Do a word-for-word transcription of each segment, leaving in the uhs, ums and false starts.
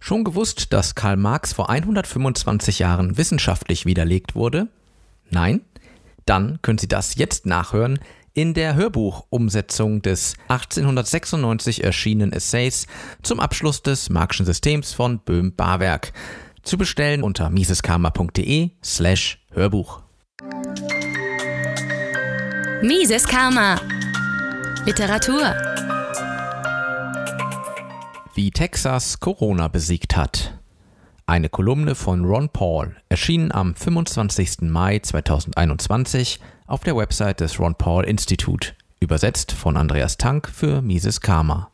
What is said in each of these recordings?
Schon gewusst, dass Karl Marx vor hundertfünfundzwanzig Jahren wissenschaftlich widerlegt wurde? Nein? Dann können Sie das jetzt nachhören in der Hörbuchumsetzung des achtzehnhundertsechsundneunzig erschienenen Essays zum Abschluss des Marxischen Systems von Böhm-Barwerk. Zu bestellen unter miseskarma.de slash Hörbuch. Mises Karma. Literatur. Wie Texas Corona besiegt hat. Eine Kolumne von Ron Paul, erschienen am fünfundzwanzigsten Mai zweitausendeinundzwanzig auf der Website des Ron Paul Institute, übersetzt von Andreas Tank für Mises Karma.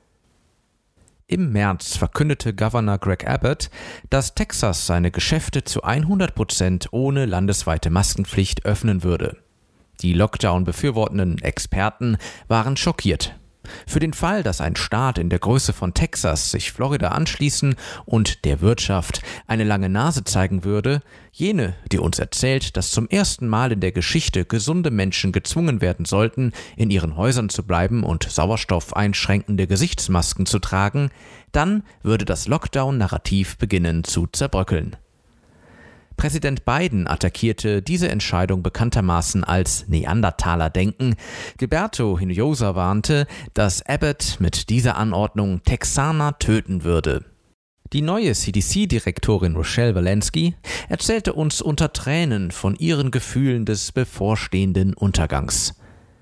Im März verkündete Governor Greg Abbott, dass Texas seine Geschäfte zu hundert Prozent ohne landesweite Maskenpflicht öffnen würde. Die Lockdown befürwortenden Experten waren schockiert. Für den Fall, dass ein Staat in der Größe von Texas sich Florida anschließen und der Wirtschaft eine lange Nase zeigen würde, jene, die uns erzählt, dass zum ersten Mal in der Geschichte gesunde Menschen gezwungen werden sollten, in ihren Häusern zu bleiben und sauerstoffeinschränkende Gesichtsmasken zu tragen, dann würde das Lockdown-Narrativ beginnen zu zerbröckeln. Präsident Biden attackierte diese Entscheidung bekanntermaßen als Neandertaler-Denken. Gilberto Hinojosa warnte, dass Abbott mit dieser Anordnung Texaner töten würde. Die neue C D C-Direktorin Rochelle Walensky erzählte uns unter Tränen von ihren Gefühlen des bevorstehenden Untergangs.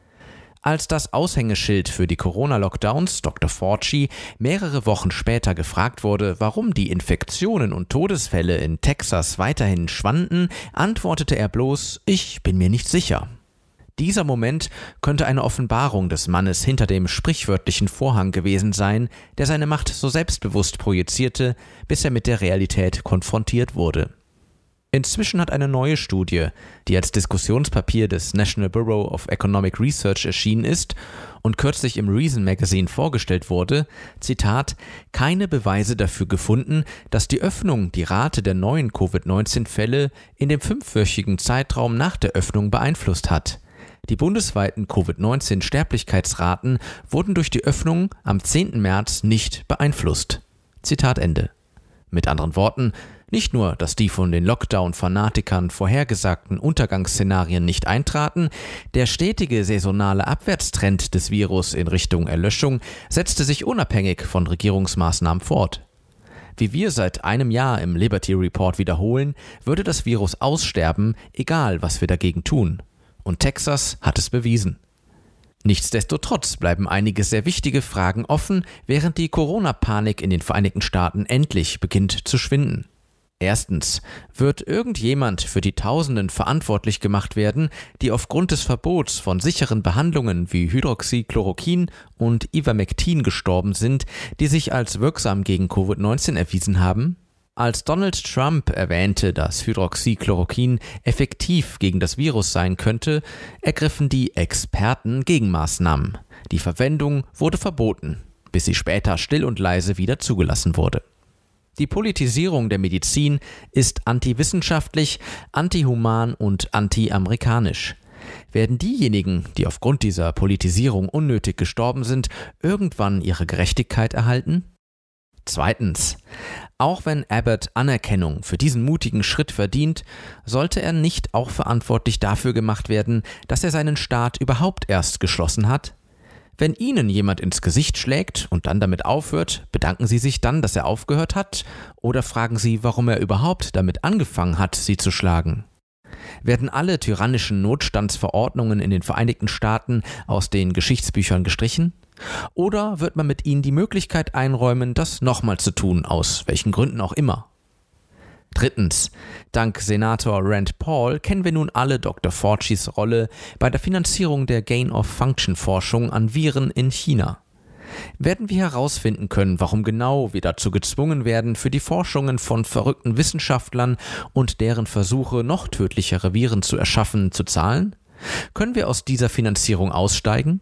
Als das Aushängeschild für die Corona-Lockdowns Doktor Fauci mehrere Wochen später gefragt wurde, warum die Infektionen und Todesfälle in Texas weiterhin schwanden, antwortete er bloß: Ich bin mir nicht sicher. Dieser Moment könnte eine Offenbarung des Mannes hinter dem sprichwörtlichen Vorhang gewesen sein, der seine Macht so selbstbewusst projizierte, bis er mit der Realität konfrontiert wurde. Inzwischen hat eine neue Studie, die als Diskussionspapier des National Bureau of Economic Research erschienen ist und kürzlich im Reason Magazine vorgestellt wurde, Zitat, keine Beweise dafür gefunden, dass die Öffnung die Rate der neuen Covid neunzehn Fälle in dem fünfwöchigen Zeitraum nach der Öffnung beeinflusst hat. Die bundesweiten Covid neunzehn Sterblichkeitsraten wurden durch die Öffnung am zehnten März nicht beeinflusst. Zitat Ende. Mit anderen Worten, nicht nur, dass die von den Lockdown-Fanatikern vorhergesagten Untergangsszenarien nicht eintraten, der stetige saisonale Abwärtstrend des Virus in Richtung Erlöschung setzte sich unabhängig von Regierungsmaßnahmen fort. Wie wir seit einem Jahr im Liberty Report wiederholen, würde das Virus aussterben, egal was wir dagegen tun. Und Texas hat es bewiesen. Nichtsdestotrotz bleiben einige sehr wichtige Fragen offen, während die Corona-Panik in den Vereinigten Staaten endlich beginnt zu schwinden. Erstens, wird irgendjemand für die Tausenden verantwortlich gemacht werden, die aufgrund des Verbots von sicheren Behandlungen wie Hydroxychloroquin und Ivermectin gestorben sind, die sich als wirksam gegen Covid neunzehn erwiesen haben? Als Donald Trump erwähnte, dass Hydroxychloroquin effektiv gegen das Virus sein könnte, ergriffen die Experten Gegenmaßnahmen. Die Verwendung wurde verboten, bis sie später still und leise wieder zugelassen wurde. Die Politisierung der Medizin ist antiwissenschaftlich, antihuman und anti-amerikanisch. Werden diejenigen, die aufgrund dieser Politisierung unnötig gestorben sind, irgendwann ihre Gerechtigkeit erhalten? Zweitens, auch wenn Abbott Anerkennung für diesen mutigen Schritt verdient, sollte er nicht auch verantwortlich dafür gemacht werden, dass er seinen Staat überhaupt erst geschlossen hat? Wenn Ihnen jemand ins Gesicht schlägt und dann damit aufhört, bedanken Sie sich dann, dass er aufgehört hat, oder fragen Sie, warum er überhaupt damit angefangen hat, Sie zu schlagen? Werden alle tyrannischen Notstandsverordnungen in den Vereinigten Staaten aus den Geschichtsbüchern gestrichen? Oder wird man mit ihnen die Möglichkeit einräumen, das nochmal zu tun, aus welchen Gründen auch immer? Drittens, dank Senator Rand Paul kennen wir nun alle Doktor Faucis Rolle bei der Finanzierung der Gain-of-Function-Forschung an Viren in China. Werden wir herausfinden können, warum genau wir dazu gezwungen werden, für die Forschungen von verrückten Wissenschaftlern und deren Versuche, noch tödlichere Viren zu erschaffen, zu zahlen? Können wir aus dieser Finanzierung aussteigen?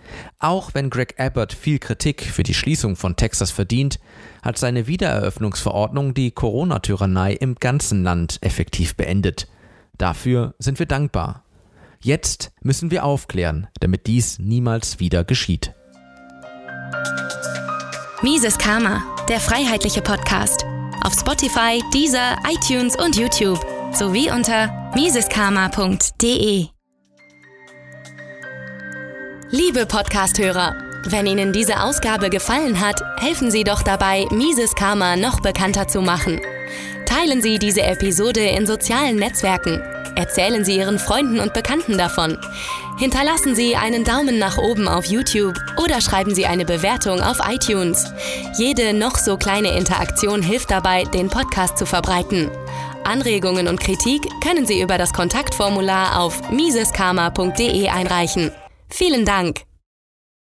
Auch wenn Greg Abbott viel Kritik für die Schließung von Texas verdient, hat seine Wiedereröffnungsverordnung die Corona-Tyrannei im ganzen Land effektiv beendet. Dafür sind wir dankbar. Jetzt müssen wir aufklären, damit dies niemals wieder geschieht. Mises Karma, der freiheitliche Podcast. Auf Spotify, Deezer, iTunes und YouTube sowie unter mises karma punkt de. Liebe Podcast-Hörer, wenn Ihnen diese Ausgabe gefallen hat, helfen Sie doch dabei, Mises Karma noch bekannter zu machen. Teilen Sie diese Episode in sozialen Netzwerken. Erzählen Sie Ihren Freunden und Bekannten davon. Hinterlassen Sie einen Daumen nach oben auf YouTube oder schreiben Sie eine Bewertung auf iTunes. Jede noch so kleine Interaktion hilft dabei, den Podcast zu verbreiten. Anregungen und Kritik können Sie über das Kontaktformular auf mises karma punkt de einreichen. Vielen Dank!